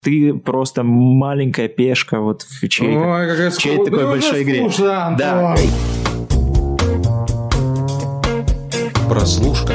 Ты просто маленькая пешка вот в чьей-то такой большой игре. Да. Прослушка.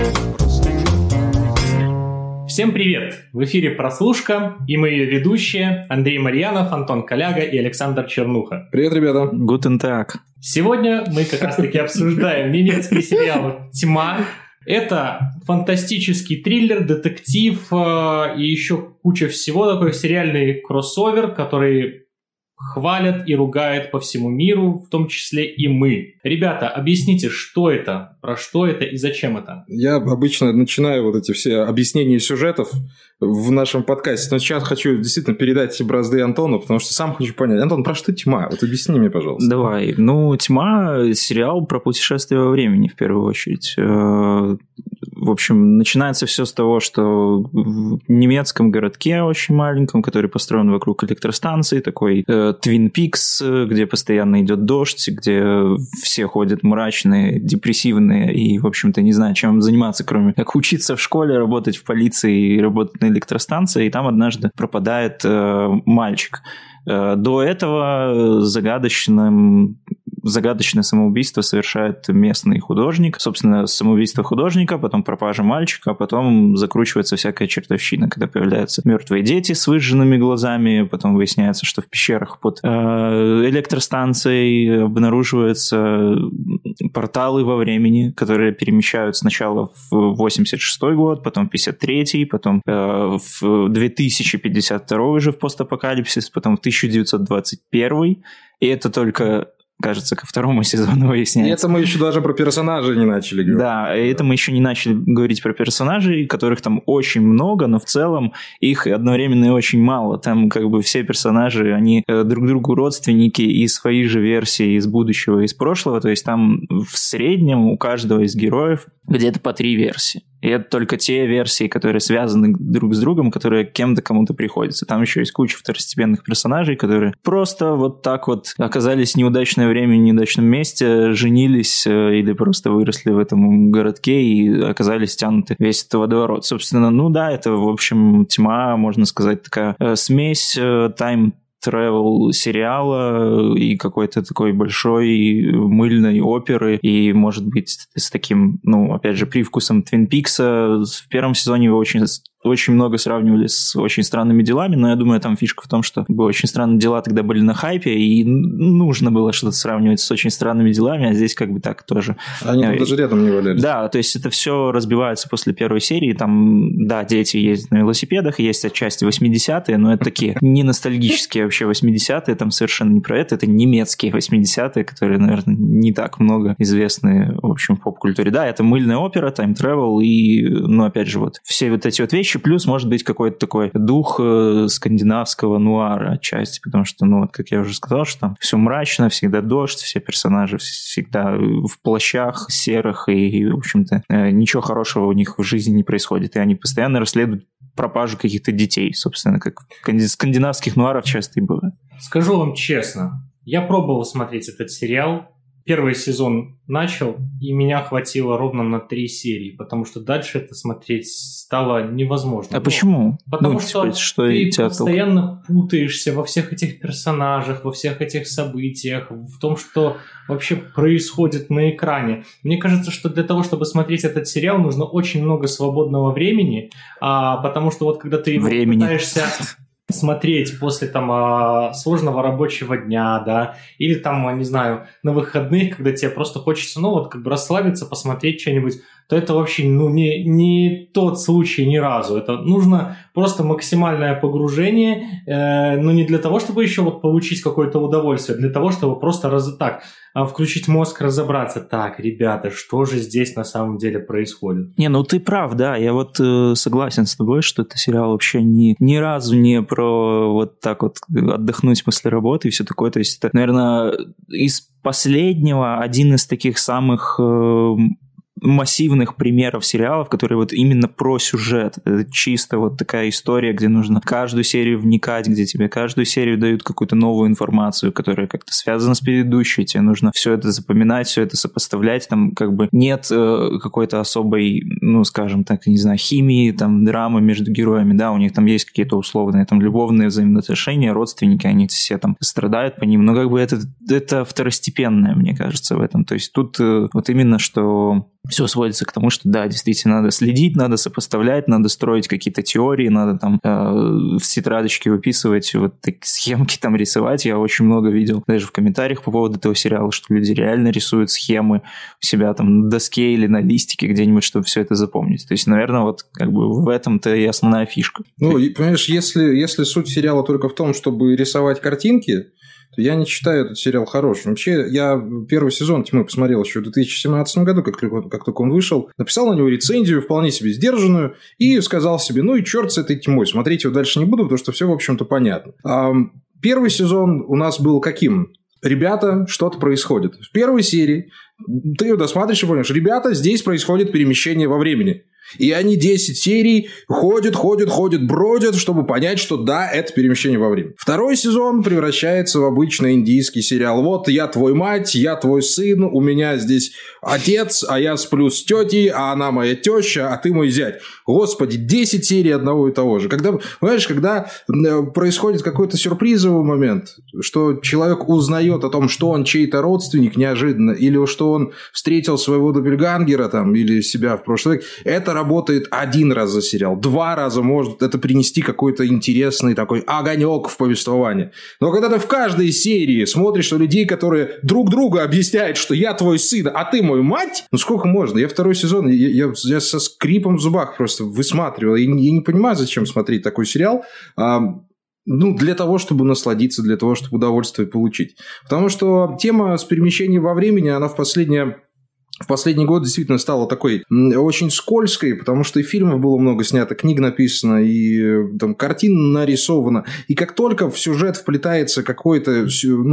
Всем привет! В эфире «Прослушка», и мы ее ведущие Андрей Марьянов, Антон Коляга и Александр Чернуха. Привет, ребята! Guten Tag. Сегодня мы как раз-таки обсуждаем немецкий сериал «Тьма». Это фантастический триллер, детектив и еще куча всего, такой сериальный кроссовер, который хвалят и ругают по всему миру, в том числе и мы. Ребята, объясните, что это, про что это и зачем это? Я обычно начинаю вот эти все объяснения сюжетов в нашем подкасте, но сейчас хочу действительно передать эти бразды Антону, потому что сам хочу понять. Антон, про что «Тьма»? Вот объясни мне, пожалуйста. Давай. «Тьма» — сериал про путешествие во времени, в первую очередь. В общем, начинается все с того, что в немецком городке очень маленьком, который построен вокруг электростанции, такой Twin Peaks, где постоянно идет дождь, где все ходят мрачные, депрессивные и, в общем-то, не знают, чем заниматься, кроме как учиться в школе, работать в полиции и работать на электростанции. И там однажды пропадает мальчик. До этого загадочное самоубийство совершает местный художник. Собственно, самоубийство художника, потом пропажа мальчика, а потом закручивается всякая чертовщина, когда появляются мертвые дети с выжженными глазами, потом выясняется, что в пещерах под электростанцией обнаруживаются порталы во времени, которые перемещают сначала в 86-й год, потом в 53-й, потом в 2052 уже в постапокалипсис, потом в 1921. И это только, кажется, ко второму сезону выясняется. И это мы еще даже про персонажей не начали говорить. Да, это мы еще не начали говорить про персонажей, которых там очень много, но в целом их одновременно и очень мало. Там как бы все персонажи, они друг другу родственники и свои же версии из будущего, из прошлого. То есть там в среднем у каждого из героев где-то по 3 версии. И это только те версии, которые связаны друг с другом, которые кем-то кому-то приходятся. Там еще есть куча второстепенных персонажей, которые просто вот так вот оказались в неудачное время, в неудачном месте, женились или просто выросли в этом городке и оказались втянуты весь этот водоворот. Собственно, это, в общем, «Тьма», можно сказать, такая смесь тайм-тревел сериала и какой-то такой большой мыльной оперы, и, может быть, с таким, опять же, привкусом Twin Peaks. В первом сезоне его очень много сравнивали с «Очень странными делами», но я думаю, там фишка в том, что «Очень странные дела» тогда были на хайпе, и нужно было что-то сравнивать с «Очень странными делами», а здесь как бы так тоже. Они там даже рядом не валялись. Да, то есть это все разбивается после первой серии, там, да, дети ездят на велосипедах, есть отчасти 80-е, но это такие не ностальгические вообще 80-е, там совершенно не про это немецкие 80-е, которые, наверное, не так много известны, в общем, в поп-культуре. Да, это мыльная опера, тайм-тревел и, опять же, вот все вот эти вот вещи, плюс, может быть, какой-то такой дух скандинавского нуара отчасти, потому что, как я уже сказал, что там все мрачно, всегда дождь, все персонажи всегда в плащах серых, и, в общем-то, ничего хорошего у них в жизни не происходит, и они постоянно расследуют пропажу каких-то детей, собственно, как в скандинавских нуарах часто и бывает. Скажу вам честно, я пробовал смотреть этот сериал. Первый сезон начал, и меня хватило ровно на 3 серии, потому что дальше это смотреть стало невозможно. А почему? Потому что ты постоянно путаешься во всех этих персонажах, во всех этих событиях, в том, что вообще происходит на экране. Мне кажется, что для того, чтобы смотреть этот сериал, нужно очень много свободного времени, потому что вот когда ты его пытаешься смотреть после сложного рабочего дня, да, или там, не знаю, на выходных, когда тебе просто хочется, расслабиться, посмотреть что-нибудь, то это вообще, не тот случай ни разу. Это нужно просто максимальное погружение, но не для того, чтобы еще получить какое-то удовольствие, а для того, чтобы просто включить мозг, разобраться. Так, ребята, что же здесь на самом деле происходит? Ты прав, да, я согласен с тобой, что это сериал вообще ни разу не про вот так вот отдохнуть после работы и все такое. То есть это, наверное, из последнего один из таких самых массивных примеров сериалов, которые вот именно про сюжет. Это чисто вот такая история, где нужно каждую серию вникать, где тебе каждую серию дают какую-то новую информацию, которая как-то связана с предыдущей. Тебе нужно все это запоминать, все это сопоставлять. Там как бы нет какой-то особой, ну, скажем так, не знаю, химии, там, драмы между героями, да, у них там есть какие-то условные там любовные взаимоотношения, родственники, они все там страдают по ним, но как бы это второстепенное, мне кажется, в этом. То есть тут вот именно, что все сводится к тому, что да, действительно надо следить, надо сопоставлять, надо строить какие-то теории, надо там в тетрадочке выписывать, вот такие схемки там рисовать. Я очень много видел даже в комментариях по поводу этого сериала, что люди реально рисуют схемы у себя там на доске или на листике где-нибудь, чтобы все это запомнить. То есть, наверное, вот как бы в этом-то и основная фишка. Ну, и, понимаешь, если суть сериала только в том, чтобы рисовать картинки, то я не считаю этот сериал хорошим. Вообще, я первый сезон «Тьмы» посмотрел еще в 2017 году, как только он вышел, написал на него рецензию, вполне себе сдержанную, и сказал себе, ну и черт с этой «Тьмой», смотреть его дальше не буду, потому что все, в общем-то, понятно. Первый сезон у нас был каким? Ребята, что-то происходит. В первой серии ты ее досматриваешь и понимаешь, ребята, здесь происходит перемещение во времени. И они 10 серий ходят, бродят, чтобы понять, что да, это перемещение во времени. Второй сезон превращается в обычный индийский сериал. Вот я твой мать, я твой сын, у меня здесь отец, а я сплю с тетей, а она моя теща, а ты мой зять. Господи, 10 серий одного и того же. Когда, понимаешь, когда происходит какой-то сюрпризовый момент, что человек узнает о том, что он чей-то родственник неожиданно, или что он встретил своего доппельгангера там, или себя в прошлый век, это работает один раз за сериал. 2 раза может это принести какой-то интересный такой огонек в повествовании. Но когда ты в каждой серии смотришь на людей, которые друг другу объясняют, что я твой сын, а ты мой мать, ну сколько можно? Я второй сезон, я со скрипом в зубах просто высматривал. Я не понимаю, зачем смотреть такой сериал. Ну, для того, чтобы насладиться, для того, чтобы удовольствие получить. Потому что тема с перемещением во времени, она в последний год действительно стала такой очень скользкой, потому что и фильмов было много снято, книг написано, и там картин нарисовано. И как только в сюжет вплетается какая-то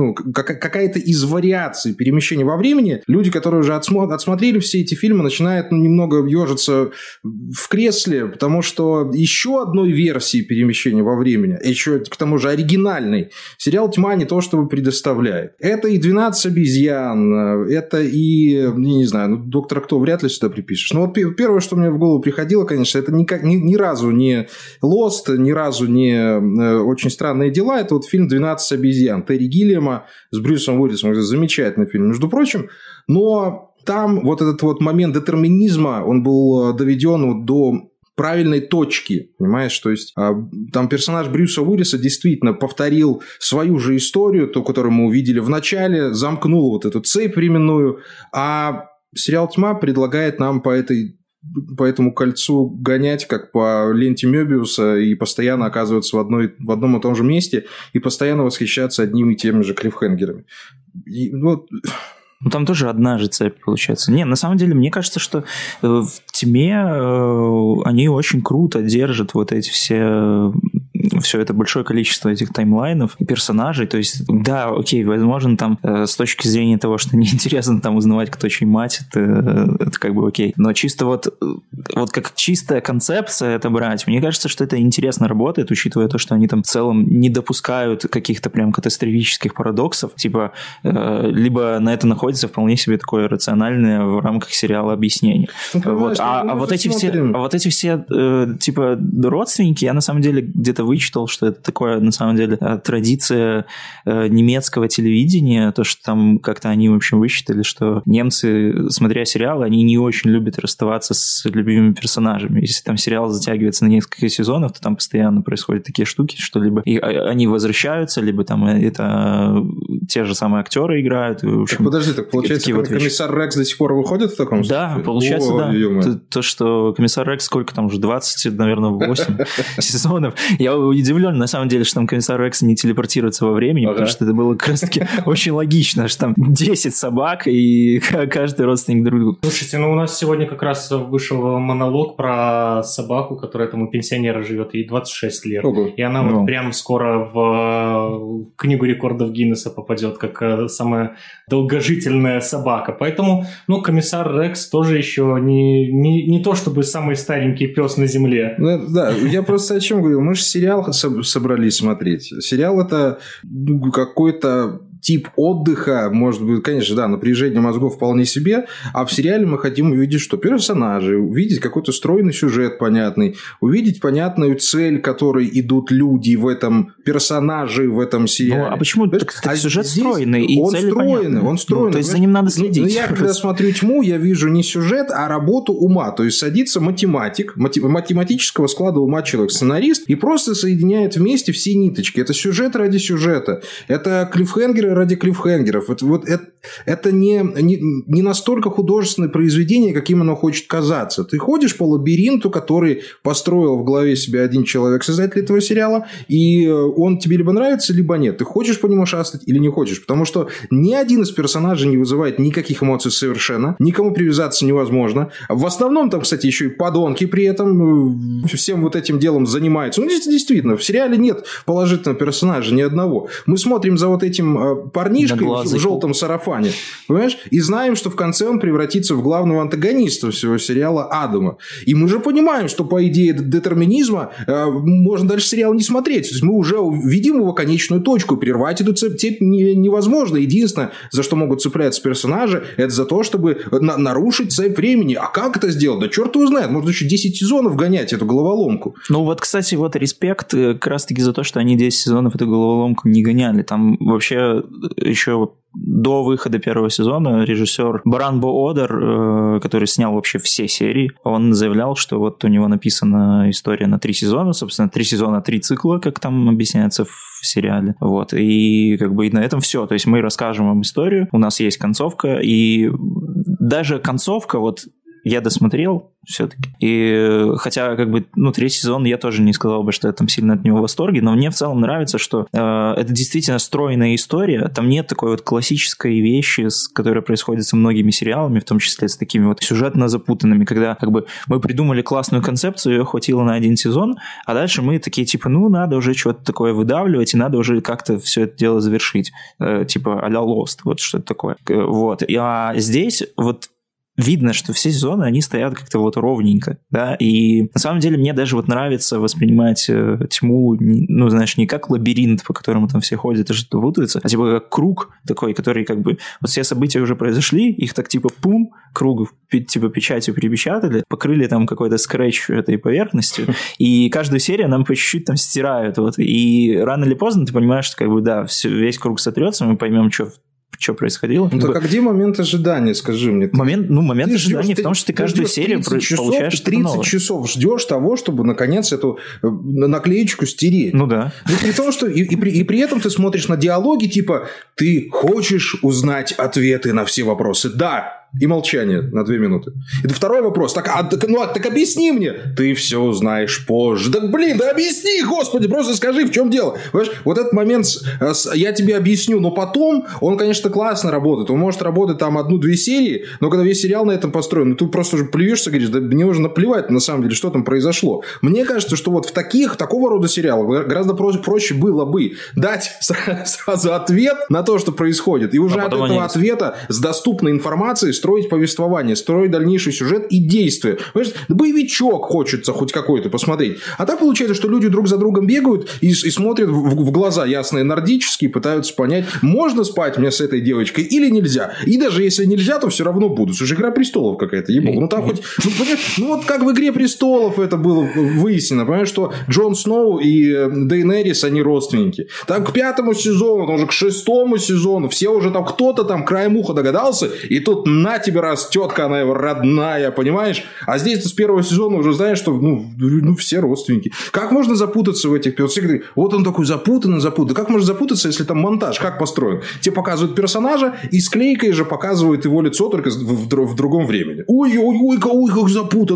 из вариаций перемещения во времени, люди, которые уже отсмотрели все эти фильмы, начинают немного ежиться в кресле, потому что еще одной версии перемещения во времени, еще к тому же оригинальной, сериал «Тьма» не то чтобы предоставляет. Это и «12 обезьян», это и, не знаю, «Доктора Кто» вряд ли сюда припишешь. Но вот первое, что мне в голову приходило, конечно, это ни разу не «Лост», ни разу не «Очень странные дела». Это вот фильм «12 обезьян» Терри Гиллиама с Брюсом Уиллисом. Замечательный фильм, между прочим. Но там вот этот вот момент детерминизма, он был доведен вот до правильной точки, понимаешь? То есть, там персонаж Брюса Уиллиса действительно повторил свою же историю, ту, которую мы увидели в начале, замкнул вот эту цепь временную, а сериал «Тьма» предлагает нам по этому кольцу гонять, как по ленте Мёбиуса, и постоянно оказываться в одном и том же месте, и постоянно восхищаться одними и теми же клиффхенгерами. И вот... Ну, там тоже одна же цепь получается. Не, на самом деле, мне кажется, что в «Тьме» они очень круто держат вот эти все это большое количество этих таймлайнов и персонажей. То есть, да, окей, возможно, там с точки зрения того, что неинтересно там узнавать, кто чей мать, это как бы окей. Но чисто вот как чистая концепция это брать, мне кажется, что это интересно работает, учитывая то, что они там в целом не допускают каких-то прям катастрофических парадоксов. Типа, либо на это находится вполне себе такое рациональное в рамках сериала объяснение. Вот. А вот эти все типа родственники, я на самом деле где-то вычитал, что это такое, на самом деле, традиция немецкого телевидения, то, что там как-то они, в общем, высчитали, что немцы, смотря сериалы, они не очень любят расставаться с любимыми персонажами. Если там сериал затягивается на несколько сезонов, то там постоянно происходят такие штуки, что либо они возвращаются, либо там это те же самые актеры играют. В общем, так получается, комиссар Рекс до сих пор выходит в таком случае? Да, получается, да. То, что комиссар Рекс, сколько там уже, 20, наверное, 8 сезонов. Я удивлен, на самом деле, что там комиссар Рекс не телепортируется во времени, потому что это было как раз-таки очень логично, что там 10 собак, и каждый родственник друг другу. Слушайте, у нас сегодня как раз вышел монолог про собаку, которая там у пенсионера живет, ей 26 лет. Ого. И она вот прям скоро в книгу рекордов Гиннесса попадет. попадет, как самая долгожительная собака. Поэтому, комиссар Рекс тоже еще не то чтобы самый старенький пес на земле. Да, я просто о чем говорил. Мы же сериал собрались смотреть. Сериал – это какой-то тип отдыха, может быть, конечно, да, напряжение мозгов вполне себе, а в сериале мы хотим увидеть, что персонажи, увидеть какой-то стройный сюжет понятный, увидеть понятную цель, к которой идут люди в этом персонаже, в этом сериале. А почему сюжет стройный, и цель понятная? Он стройный. То есть за ним надо следить. Я, когда смотрю «Тьму», я вижу не сюжет, а работу ума. То есть садится математик, математического склада ума человек, сценарист, и просто соединяет вместе все ниточки. Это сюжет ради сюжета. Это клиффхенгеры ради клиффхенгеров. Это не настолько художественное произведение, каким оно хочет казаться. Ты ходишь по лабиринту, который построил в голове себе один человек, создатель этого сериала, и он тебе либо нравится, либо нет. Ты хочешь по нему шастать или не хочешь. Потому что ни один из персонажей не вызывает никаких эмоций совершенно. Никому привязаться невозможно. В основном там, кстати, еще и подонки при этом всем вот этим делом занимаются. Действительно, в сериале нет положительного персонажа ни одного. Мы смотрим за вот этим парнишкой в желтом сарафане, понимаешь? И знаем, что в конце он превратится в главного антагониста всего сериала Адама. И мы же понимаем, что по идее детерминизма можно дальше сериал не смотреть. То есть мы уже видим его конечную точку. Прервать эту цепь невозможно. Единственное, за что могут цепляться персонажи, это за то, чтобы нарушить цепь времени. А как это сделать? Да черт его знает. Можно еще 10 сезонов гонять эту головоломку. Кстати, респект как раз-таки за то, что они 10 сезонов эту головоломку не гоняли. Там вообще еще до выхода первого сезона режиссер Баран Бо Одер, который снял вообще все серии, он заявлял, что у него написана история на 3 сезона, собственно, 3 сезона, 3 цикла, как там объясняется в сериале. И и на этом все. То есть мы расскажем вам историю, у нас есть концовка, и даже концовка, я досмотрел все-таки. И хотя, третий сезон я тоже не сказал бы, что я там сильно от него в восторге, но мне в целом нравится, что это действительно стройная история. Там нет такой классической вещи, которая происходит со многими сериалами, в том числе с такими сюжетно запутанными, когда мы придумали классную концепцию, ее хватило на 1 сезон, а дальше мы такие, надо уже что-то такое выдавливать, и надо уже как-то все это дело завершить. А-ля Lost, что-то такое. А здесь видно, что все сезоны, они стоят как-то ровненько, да, и на самом деле мне даже нравится воспринимать «Тьму», не как лабиринт, по которому там все ходят и что-то путаются, а как круг такой, который все события уже произошли, их так пум, круг печатью перепечатали, покрыли там какой-то скретч этой поверхностью, и каждую серию нам по чуть-чуть там стирают, и рано или поздно ты понимаешь, что весь круг сотрется, мы поймем, что происходило. Так а где момент ожидания, скажи мне? Момент ожидания в том, что ты каждую серию получаешь 30 часов ждешь того, чтобы наконец эту наклеечку стереть. Да. При том, что и при этом ты смотришь на диалоги, ты хочешь узнать ответы на все вопросы. Да. И молчание на 2 минуты. Это второй вопрос. Так объясни мне. Ты все узнаешь позже. Да объясни, господи, просто скажи, в чем дело. Понимаешь, этот момент я тебе объясню, но потом он, конечно, классно работает. Он может работать там 1-2 серии, но когда весь сериал на этом построен, ты просто уже плюешься, говоришь, да мне уже наплевать, на самом деле, что там произошло. Мне кажется, что в такого рода сериалах гораздо проще было бы дать сразу ответ на то, что происходит. И уже от этого ответа с доступной информацией строить повествование, строить дальнейший сюжет и действия. Понимаешь, боевичок хочется хоть какой-то посмотреть. А так получается, что люди друг за другом бегают и смотрят в глаза ясные нордические, пытаются понять, можно спать мне с этой девочкой или нельзя. И даже если нельзя, то все равно будут. Слушай, «Игра престолов» какая-то, ей-богу. Там хоть... как в «Игре престолов» это было выяснено. Понимаешь, что Джон Сноу и Дейенерис, они родственники. Так к 5-му сезону, уже к 6-му сезону все уже там кто-то там краем уха догадался, и тут на тебе раз тетка, она его родная, понимаешь? А здесь ты с 1-го сезона уже знаешь, что все родственники. Как можно запутаться в этих... он такой запутанный. Как можно запутаться, если там монтаж? Как построен? Тебе показывают персонажа и склейкой же показывают его лицо, только в другом времени. Ой, как запутано.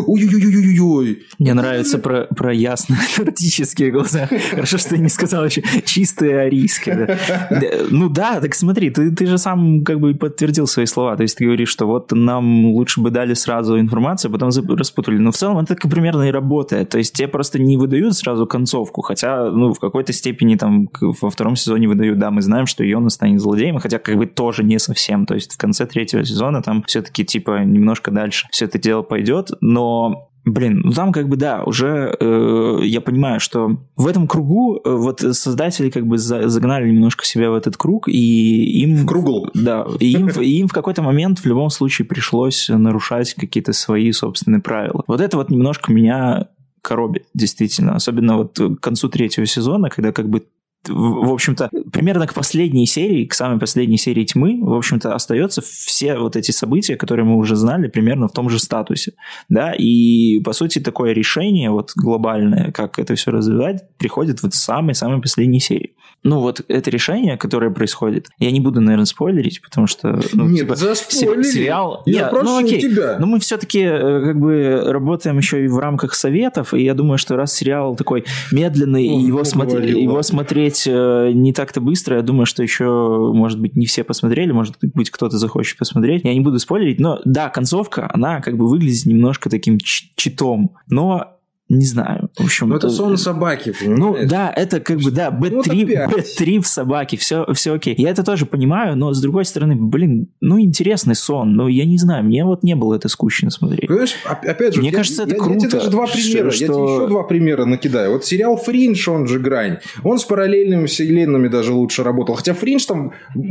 Ой. Мне нравится про ясные нордические глаза. Хорошо, что ты не сказал еще чистые арийские. Так смотри, ты же сам подтвердил свои слова. То есть ты ты говоришь, что вот нам лучше бы дали сразу информацию, а потом распутали. Но в целом это так примерно и работает. То есть тебе просто не выдают сразу концовку, хотя, в какой-то степени там во втором сезоне выдают, да, мы знаем, что Йона станет злодеем, хотя как бы тоже не совсем. То есть в конце третьего сезона там все-таки типа немножко дальше все это дело пойдет, но... там как бы, да, уже я понимаю, что в этом кругу вот создатели как бы загнали немножко себя в этот круг, и им... В кругл. Да, и им в какой-то момент в любом случае пришлось нарушать какие-то свои собственные правила. Вот это вот немножко меня коробит, действительно. Особенно вот к концу третьего сезона, когда как бы в общем-то, примерно к последней серии, к самой последней серии «Тьмы», в общем-то, остаются все вот эти события, которые мы уже знали, примерно в том же статусе, да, и, по сути, такое решение вот глобальное, как это все развивать, приходит вот в самой-самой последней серии. Вот это решение, которое происходит, я не буду, наверное, спойлерить, потому что... Нет, заспойлери. Сериал... Я прошу тебя. Но мы все-таки как бы работаем еще и в рамках советов, и я думаю, что раз сериал такой медленный, и его смотреть не так-то быстро. Я думаю, что еще, может быть, не все посмотрели, может быть, кто-то захочет посмотреть. Я не буду спойлерить, но да, концовка, она как бы выглядит немножко таким читом, но не знаю. В общем, это сон собаки, понимаешь? Да, это как бы, да, бэт-трип в собаке, все окей. Я это тоже понимаю, но с другой стороны, интересный сон, но я не знаю, мне вот не было это скучно смотреть. Понимаешь, опять же, мне кажется, это круто. Я тебе даже два примера, я тебе еще два примера накидаю. Вот сериал «Фриндж», он же «Грань», он с параллельными вселенными даже лучше работал. Хотя «Фриндж» там,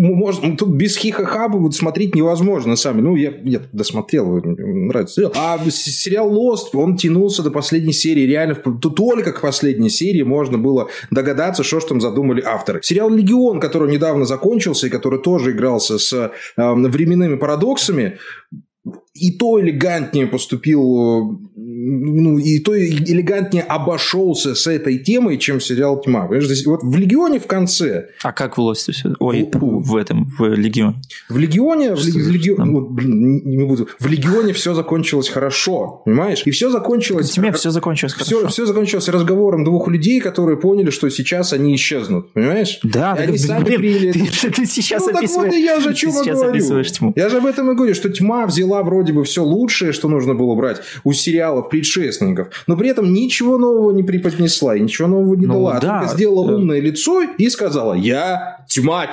тут без хихаха вот смотреть невозможно сами. Я досмотрел, нравится. А сериал «Лост», он тянулся до последней серии, реально только к последней серии можно было догадаться, что ж там задумали авторы. Сериал «Легион», который недавно закончился и который тоже игрался с временными парадоксами, и то элегантнее поступил, и то элегантнее обошелся с этой темой, чем сериал «Тьма». Понимаешь, вот в «Легионе» в конце... А как в «Лосте» все? В «Легионе». В «Легионе», в «Легионе» все закончилось хорошо, понимаешь? И все закончилось... В «Тьме» все закончилось хорошо. Все закончилось разговором двух людей, которые поняли, что сейчас они исчезнут, понимаешь? Да, они сами приняли... Ты сейчас описываешь... Так вот и я же о чем говорю. «Тьму». Я же об этом и говорю, что «Тьма» взяла вроде бы все лучшее, что нужно было брать у сериалов предшественников, но при этом ничего нового не преподнесла и ничего нового не дала. Да, только сделала умное лицо и сказала: «Я тьма».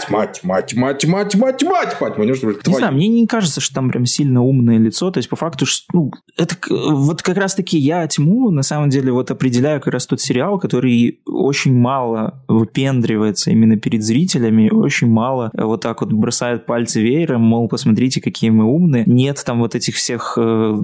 Не знаю, мне не кажется, что там прям сильно умное лицо. То есть, по факту, это вот как раз-таки я «Тьму» на самом деле вот определяю как раз тот сериал, который очень мало выпендривается именно перед зрителями, очень мало вот так вот бросает пальцы веером, мол, посмотрите, какие мы умные. Нет там вот этих всех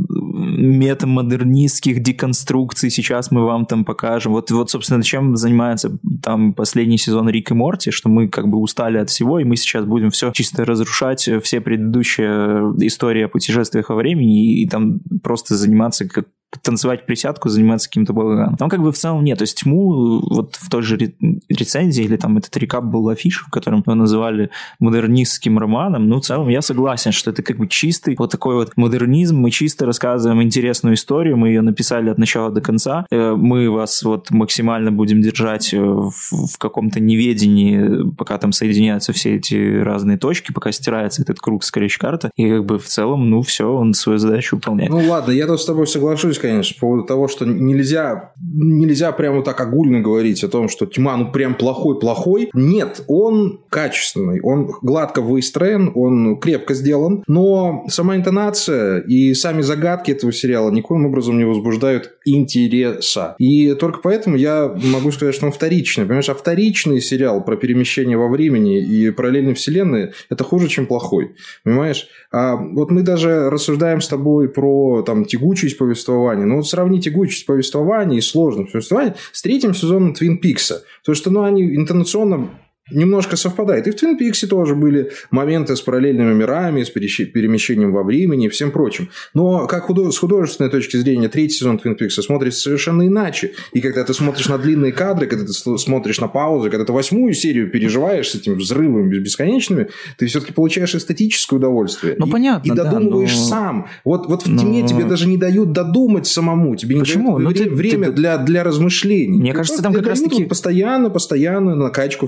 метамодернистских деконструкций, сейчас мы вам там покажем. Вот, собственно, чем занимается там последний сезон «Рик и Морти», что мы как бы устали от всего, и мы сейчас будем все чисто разрушать, все предыдущие истории о путешествиях во времени, и там просто заниматься как танцевать присядку, заниматься каким-то балаганом. Там как бы в целом нет. То есть «Тьму» вот в той же рецензии, или там этот рекап был афиш, в котором его называли модернистским романом, в целом я согласен, что это как бы чистый вот такой вот модернизм, мы чисто рассказываем интересную историю, мы ее написали от начала до конца, мы вас вот максимально будем держать в каком-то неведении, пока там соединяются все эти разные точки, пока стирается этот круг скретч-карта, и как бы в целом, все, он свою задачу выполняет. Ладно, я тут с тобой соглашусь, конечно, по поводу того, что нельзя прямо так огульно говорить о том, что «Тьма» прям плохой. Нет, он качественный, он гладко выстроен, он крепко сделан, но сама интонация и сами загадки этого сериала никоим образом не возбуждают интереса. И только поэтому я могу сказать, что он вторичный. Понимаешь, а вторичный сериал про перемещение во времени и параллельные вселенные – это хуже, чем плохой. Понимаешь? А вот мы даже рассуждаем с тобой про тягучесть повествования. Вот сравни тягучесть повествования и сложность повествования с третьим сезоном «Твин Пикса». Потому что они интонационно немножко совпадает. И в «Твин Пиксе» тоже были моменты с параллельными мирами, с перемещением во времени и всем прочим. Но как с художественной точки зрения третий сезон «Твин Пикса» смотрится совершенно иначе. И когда ты смотришь на длинные кадры, когда ты смотришь на паузы, когда ты 8-ю серию переживаешь с этими взрывами бесконечными, ты все-таки получаешь эстетическое удовольствие. Понятно, и додумываешь сам. Вот в «Тьме» тебе даже не дают додумать самому. Тебе не дают время для размышлений. Мне кажется, там как раз-таки... Постоянно накачку фактов.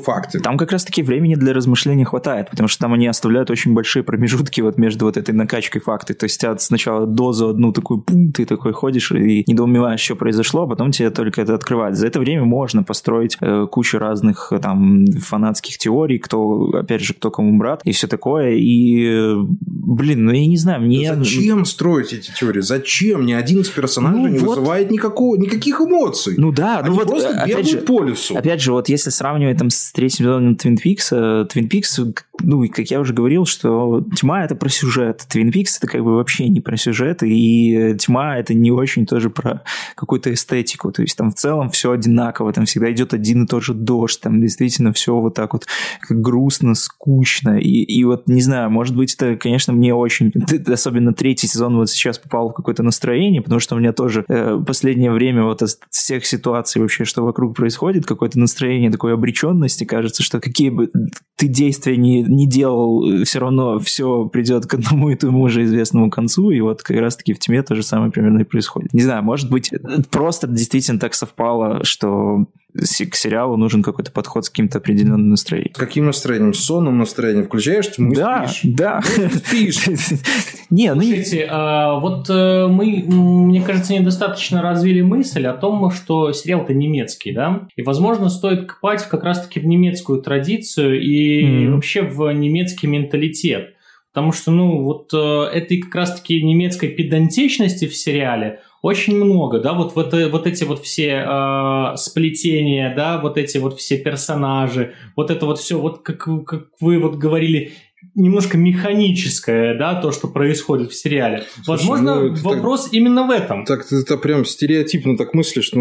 там как раз-таки времени для размышления хватает, потому что там они оставляют очень большие промежутки вот между вот этой накачкой факты. То есть тебя сначала дозу одну такую, пум, ты такой ходишь и недоумеваешь, что произошло, а потом тебе только это открывает. За это время можно построить кучу разных там фанатских теорий, кто, опять же, кто кому брат и все такое. И, блин, ну я не знаю, мне... Зачем строить эти теории? Зачем? Ни один из персонажей не вызывает никаких эмоций. Ну да, они просто бегают по лесу. Опять же, вот если сравнивать там с третьим сезоном Twin Peaks, ну, как я уже говорил, что «Тьма» — это про сюжет, Twin Peaks — это как бы вообще не про сюжет, и «Тьма» — это не очень тоже про какую-то эстетику, то есть там в целом все одинаково, там всегда идет один и тот же дождь, там действительно все вот так вот грустно, скучно, и вот, не знаю, может быть, это, конечно, мне очень, особенно третий сезон вот сейчас попал в какое-то настроение, потому что у меня тоже последнее время вот от всех ситуаций вообще, что вокруг происходит, какое-то настроение такой обреченности, кажется, что какие бы ты действия не делал, все равно все придет к одному и тому же известному концу, и вот как раз-таки в «Тьме» то же самое примерно и происходит. Не знаю, может быть, просто действительно так совпало, что к сериалу нужен какой-то подход с каким-то определенным настроением. С каким настроением? С сонным настроением? Включаешь тьму и спишь? Да. Спишь. Слушайте, вот мы, мне кажется, недостаточно развили мысль о том, что сериал-то немецкий, да? И, возможно, стоит копать как раз-таки в немецкую традицию и вообще в немецкий менталитет. Потому что, ну, вот этой как раз-таки немецкой педантичности в сериале очень много, да, вот эти вот все сплетения, да, вот эти вот все персонажи, вот это вот все, вот как вы вот говорили, немножко механическое, да, то, что происходит в сериале. Слушай, возможно, вопрос так, именно в этом. Так ты прям стереотипно так мыслишь,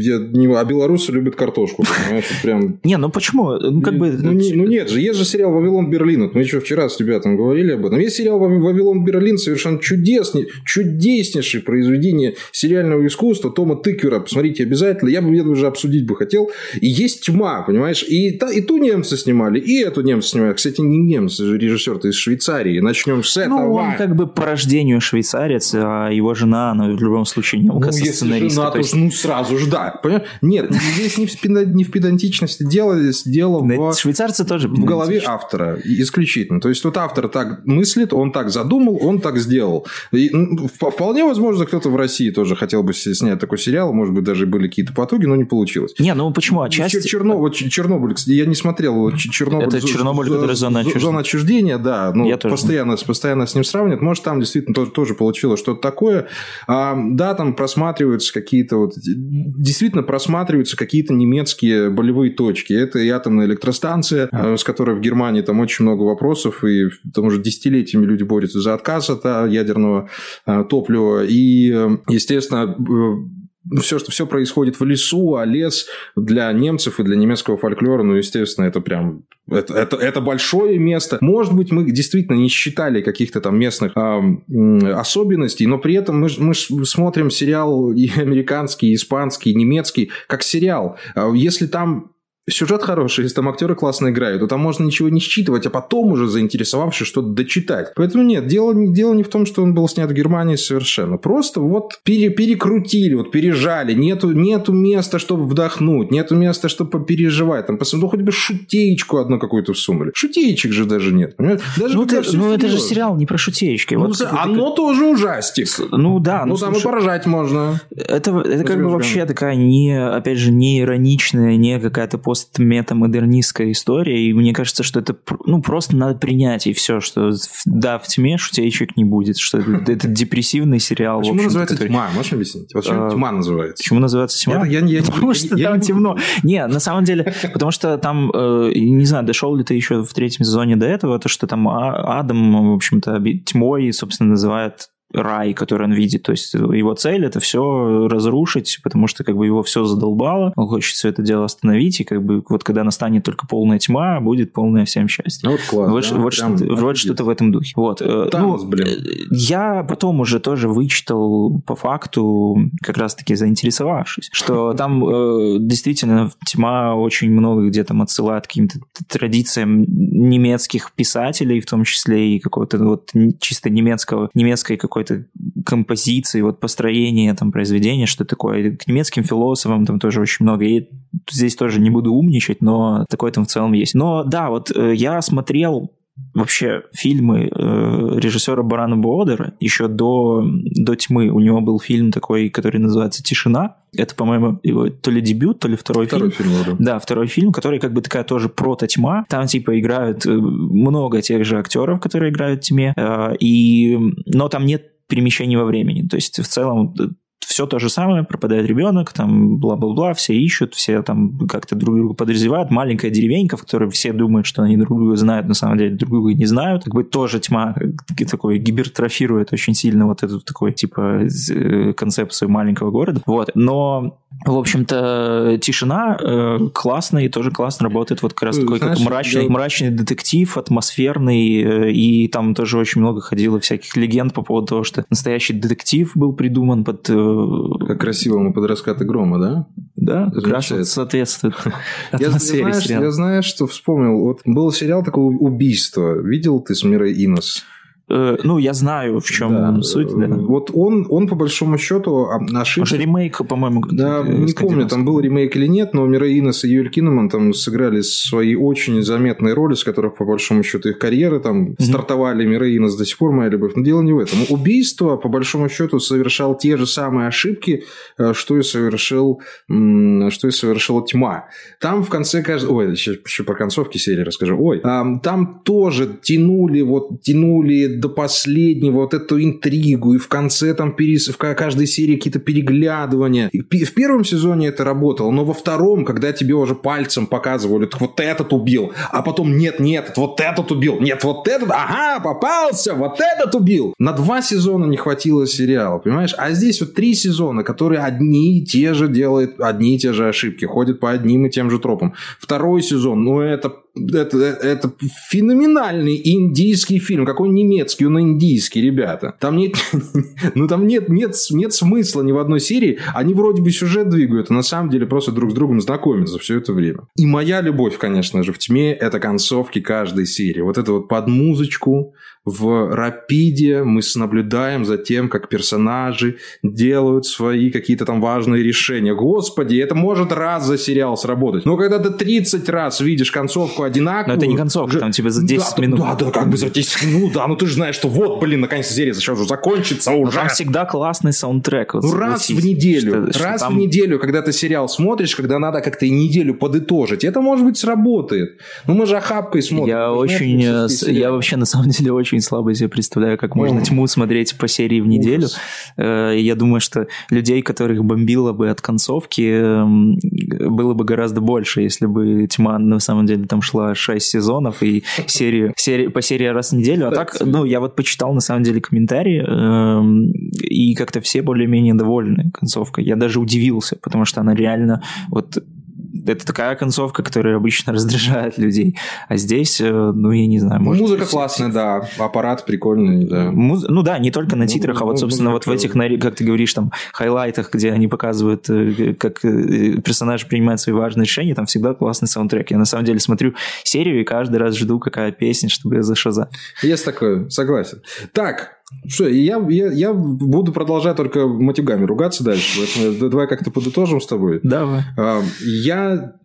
а белорусы любят картошку, понимаешь, прям... Не, ну почему? Ну, как бы... нет же, есть же сериал «Вавилон Берлин», мы еще вчера с ребятами говорили об этом. Есть сериал «Вавилон Берлин», совершенно чудеснейшее произведение сериального искусства Тома Тыквера, посмотрите обязательно, я бы это уже обсудить бы хотел. И есть «Тьма», понимаешь, и ту немцы снимали, и эту немцы снимали. Кстати, не немцы, режиссер-то из Швейцарии. Начнем с этого. Ну, он как бы по рождению швейцарец, а его жена, она в любом случае не сценаристка. Жена, то есть... сразу же, да. Понимаешь? Нет, здесь не в педантичности дело в... Швейцарцы тоже в голове автора исключительно. То есть, вот автор так мыслит, он так задумал, он так сделал. И, вполне возможно, кто-то в России тоже хотел бы снять такой сериал, может быть, даже были какие-то потуги, но не получилось. Не, ну почему? Отчасти... Чернобыль, кстати, я не смотрел Чернобыль. Это Чернобыль, который зона отчуждения, да, ну, постоянно с ним сравнивают. Может, там действительно тоже получилось что-то такое. Да, там просматриваются какие-то действительно просматриваются какие-то немецкие болевые точки. Это и атомная электростанция, с которой в Германии там очень много вопросов, и там уже десятилетиями люди борются за отказ от ядерного топлива. И, естественно, все происходит в лесу, а лес для немцев и для немецкого фольклора, ну, естественно, это прям... Это большое место. Может быть, мы действительно не считали каких-то там местных особенностей, но при этом мы смотрим сериал и американский, и испанский, и немецкий как сериал. Если там сюжет хороший, если там актеры классно играют, то там можно ничего не считывать, а потом уже заинтересовавшись что-то дочитать. Поэтому нет, дело не в том, что он был снят в Германии совершенно. Просто вот перекрутили, вот пережали. Нету места, чтобы вдохнуть, нету места, чтобы попереживать. Там, ну, хоть бы шутеечку одну какую-то всунули. Шутеечек же даже нет. Даже это же сериал не про шутеечки. Ну, оно тоже ужастик. Ну да. Ну там и поражать можно. Это как бы вообще такая опять же, не ироничная, не какая-то постметамодернистская история, и мне кажется, что это просто надо принять, и все, что да, в «Тьме» шутеечек не будет, что это депрессивный сериал. Почему называется «Тьма»? Можешь объяснить? Почему «Тьма» называется? Почему называется «Тьма»? Потому что там темно. Не, на самом деле, потому что там, не знаю, дошел ли ты еще в третьем сезоне до этого, то, что там Адам, в общем-то, тьмой, собственно, называет рай, который он видит. То есть его цель — это все разрушить, потому что как бы его все задолбало. Он хочет все это дело остановить, и как бы вот когда настанет только полная тьма, будет полное всем счастье. Вот класс. Вот что-то в этом духе. Вот. Танос, я потом уже тоже вычитал по факту, как раз-таки заинтересовавшись, что там действительно «Тьма» очень много где там отсылает к каким-то традициям немецких писателей, в том числе и какого-то вот чисто немецкой какой-то композиции, вот построения там произведения, что такое. К немецким философам там тоже очень много. И здесь тоже не буду умничать, но такое там в целом есть. Но да, вот я смотрел вообще фильмы режиссера Барана Буодера еще до «Тьмы». У него был фильм такой, который называется «Тишина». Это, по-моему, его то ли дебют, то ли второй фильм. Да, второй фильм, который как бы такая тоже прото-тьма. Там типа играют много тех же актеров, которые играют в «Тьме», но там нет перемещений во времени. То есть в целом все то же самое, пропадает ребенок, там бла-бла-бла, все ищут, все там как-то друг друга подозревают. Маленькая деревенька, в которой все думают, что они друг друга знают, на самом деле друг друга не знают. Как бы тоже «Тьма» такой гипертрофирует очень сильно вот эту такой типа концепцию маленького города. Вот. Но в общем-то, «Тишина» классная и тоже классно работает. Вот как раз такой, знаешь, как мрачный детектив, атмосферный, и там тоже очень много ходило всяких легенд по поводу того, что настоящий детектив был придуман под... Как красиво мы под раскаты грома, да? Да, как раз вот соответствует атмосфере сериала. Я знаю, что вспомнил. Вот был сериал такое «Убийство». Видел ты с Мирой Инес? Ну, я знаю, в чем суть. Да. Вот он, по большому счету, ошибся. Может, ремейк, по-моему, да, не помню, там был ремейк или нет, но Мира Инес и Юэль Киннеман там сыграли свои очень заметные роли, с которых, по большому счету, их карьеры там стартовали. Мира Инес до сих пор моя любовь. Но дело не в этом. Убийство, по большому счету, совершал те же самые ошибки, что и совершила «Тьма». Там в конце каждого... Ой, еще про концовки серии расскажу. Там тоже тянули до последнего вот эту интригу, и в конце там в каждой серии какие-то переглядывания. В первом сезоне это работало, но во втором, когда тебе уже пальцем показывали, вот этот убил, а потом нет, вот этот убил, нет, вот этот, ага, попался, вот этот убил. На 2 сезона не хватило сериала, понимаешь? А здесь вот 3 сезона, которые одни и те же делают, одни и те же ошибки, ходят по одним и тем же тропам. Второй сезон, это феноменальный индийский фильм. Какой немецкий, он индийский, ребята. Там нет смысла ни в одной серии. Они вроде бы сюжет двигают, а на самом деле просто друг с другом знакомятся все это время. И моя любовь, конечно же, в «Тьме» — это концовки каждой серии. Вот это вот под музычку в «Рапиде» мы наблюдаем за тем, как персонажи делают свои какие-то там важные решения. Господи, это может раз за сериал сработать. Но когда ты 30 раз видишь концовку одинаковую... Но это не концовка, там тебе за 10 минут. Да, как бы за 10 минут, да. Ну ты же знаешь, что вот, наконец-то серия сейчас уже закончится уже. Но там всегда классный саундтрек. Вот, раз в неделю. В неделю, когда ты сериал смотришь, когда надо как-то неделю подытожить, это, может быть, сработает. Ну мы же охапкой смотрим. Я вообще, на самом деле, очень слабо себе представляю, как можно «Тьму» смотреть по серии в неделю. Я думаю, что людей, которых бомбило бы от концовки, было бы гораздо больше, если бы «Тьма» на самом деле там шла 6 сезонов и по серии раз в неделю. А так, я вот почитал на самом деле комментарии, и как-то все более-менее довольны концовкой. Я даже удивился, потому что она реально вот... Это такая концовка, которая обычно раздражает людей. А здесь, я не знаю... Музыка классная, да. Аппарат прикольный, да. Не только на титрах, а вот, собственно, вот в этих, как ты говоришь, там, хайлайтах, где они показывают, как персонажи принимают свои важные решения, там всегда классный саундтрек. Я, на самом деле, смотрю серию и каждый раз жду, какая песня, чтобы я зашаза. Есть такое, согласен. Так... Что, я буду продолжать только матюгами ругаться дальше, поэтому давай как-то подытожим с тобой. Давай. Я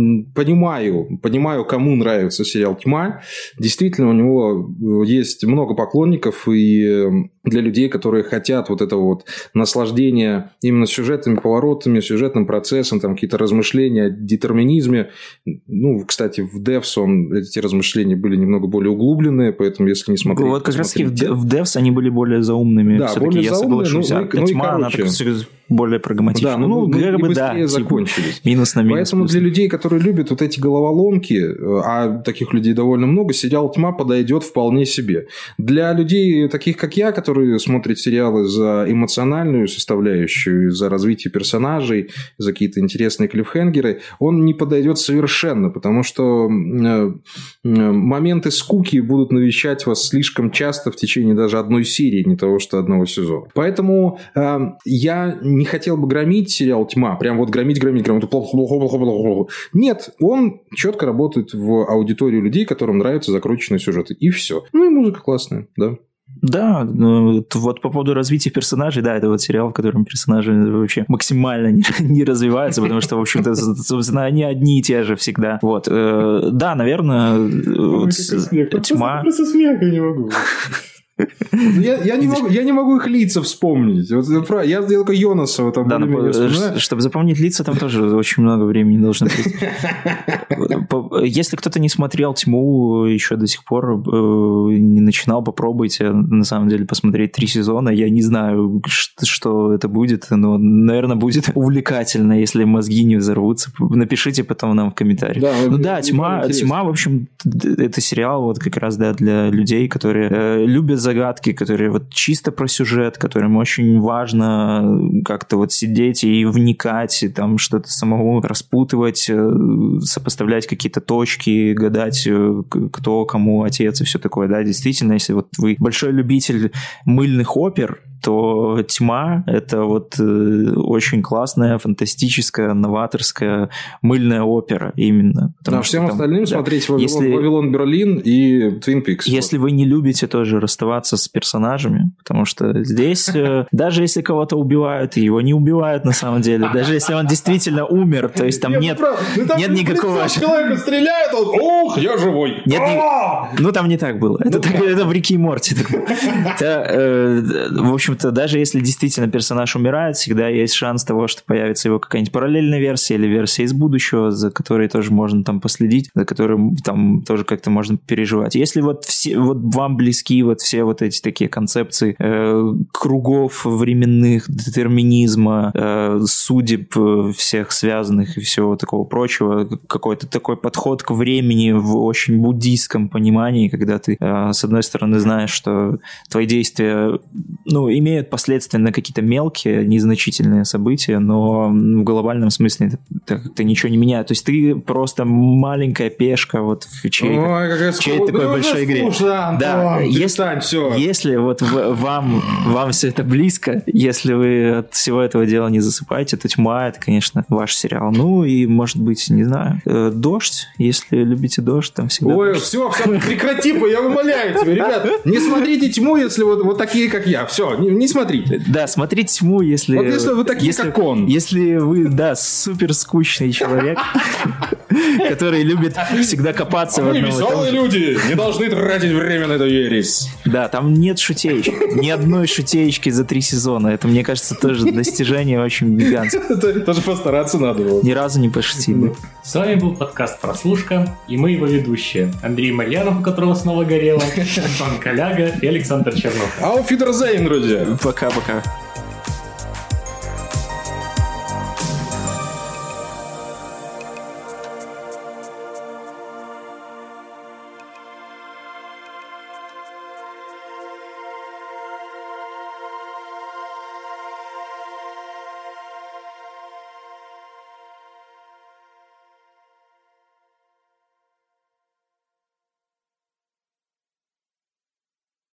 понимаю, кому нравится сериал «Тьма». Действительно, у него есть много поклонников, и для людей, которые хотят вот этого вот наслаждения именно сюжетными поворотами, сюжетным процессом, там какие-то размышления о детерминизме. Кстати, в Devs эти размышления были немного более углубленные, поэтому если не смотреть... Вот как раз таки в Devs они были более заумными. Да, более заумные. «Тьма», она так более прагматичная. Да, и быстрее закончились. Минус на минус. Поэтому для людей, которые любят вот эти головоломки, а таких людей довольно много, сериал «Тьма» подойдет вполне себе. Для людей, таких как я, которые смотрят сериалы за эмоциональную составляющую, за развитие персонажей, за какие-то интересные клиффхенгеры, он не подойдет совершенно, потому что моменты скуки будут навещать вас слишком часто в течение даже одной серии, не того что одного сезона. Поэтому я не хотел бы громить сериал «Тьма», прям вот громить, плохо. Нет, он четко работает в аудиторию людей, которым нравятся закрученные сюжеты. И все. И музыка классная, да. Да, вот по поводу развития персонажей, да, это вот сериал, в котором персонажи вообще максимально не развиваются, потому что, в общем-то, собственно, они одни и те же всегда. Вот. Да, наверное, тьма... Просто смех я не могу. Я не могу их лица вспомнить. Вот, я только Йонаса там да, чтобы запомнить лица, там тоже очень много времени должно быть. Если кто-то не смотрел «Тьму» еще до сих пор, не начинал, попробуйте, на самом деле, посмотреть 3 сезона. Я не знаю, что это будет, но, наверное, будет увлекательно, если мозги не взорвутся. Напишите потом нам в комментариях. Да, «Тьма», в общем, это сериал вот как раз, да, для людей, которые любят загадки, которые вот чисто про сюжет, которым очень важно как-то вот сидеть и вникать, и там что-то самому распутывать, сопоставлять какие-то точки, гадать, кто кому отец и все такое, да, действительно, если вот вы большой любитель мыльных опер, то «Тьма» — это вот очень классная, фантастическая, новаторская мыльная опера именно. Да, всем остальным смотреть «Вавилон Берлин» и «Твин Пикс». Если вы не любите тоже расставаться с персонажами, потому что здесь даже если кого-то убивают, его не убивают на самом деле, даже если он действительно умер, то есть там нет никакого... Человека стреляет, он «Ох, я живой!» Ну, там не так было. Это в «Рике и Морти». В общем, даже если действительно персонаж умирает, всегда есть шанс того, что появится его какая-нибудь параллельная версия или версия из будущего, за которой тоже можно там последить, за которой там тоже как-то можно переживать. Если вот вам близки вот все вот эти такие концепции кругов временных, детерминизма, судеб всех связанных и всего такого прочего, какой-то такой подход к времени в очень буддийском понимании, когда ты, с одной стороны, знаешь, что твои действия, имеют последствия на какие-то мелкие, незначительные события, но в глобальном смысле это ничего не меняет. То есть ты просто маленькая пешка вот в чьей-то такой большой игре. Да, если вот вам все это близко, если вы от всего этого дела не засыпаете, то «Тьма» — это, конечно, ваш сериал. Ну и, может быть, не знаю, «Дождь», если любите «Дождь», там всегда... Ой, все, прекрати, я умоляю тебя, ребят, не смотрите «Тьму», если вот такие, как я. Все, не смотрите. Да, смотрите «Тьму», если... Вот если вы такие, как он. Если вы, да, супер скучный человек, который любит всегда копаться в одном и том же. Веселые люди не должны тратить время на эту ересь. Да, там нет шутеечек. Ни одной шутеечки за 3 сезона. Это, мне кажется, тоже достижение очень гигантское. Тоже постараться надо было. Ни разу не пошутили. С вами был подкаст «Прослушка», и мы его ведущие. Андрей Марьянов, у которого снова горело, Антон Коляга и Александр Чернов. Auf Wiedersehen, друзья. Пока-пока.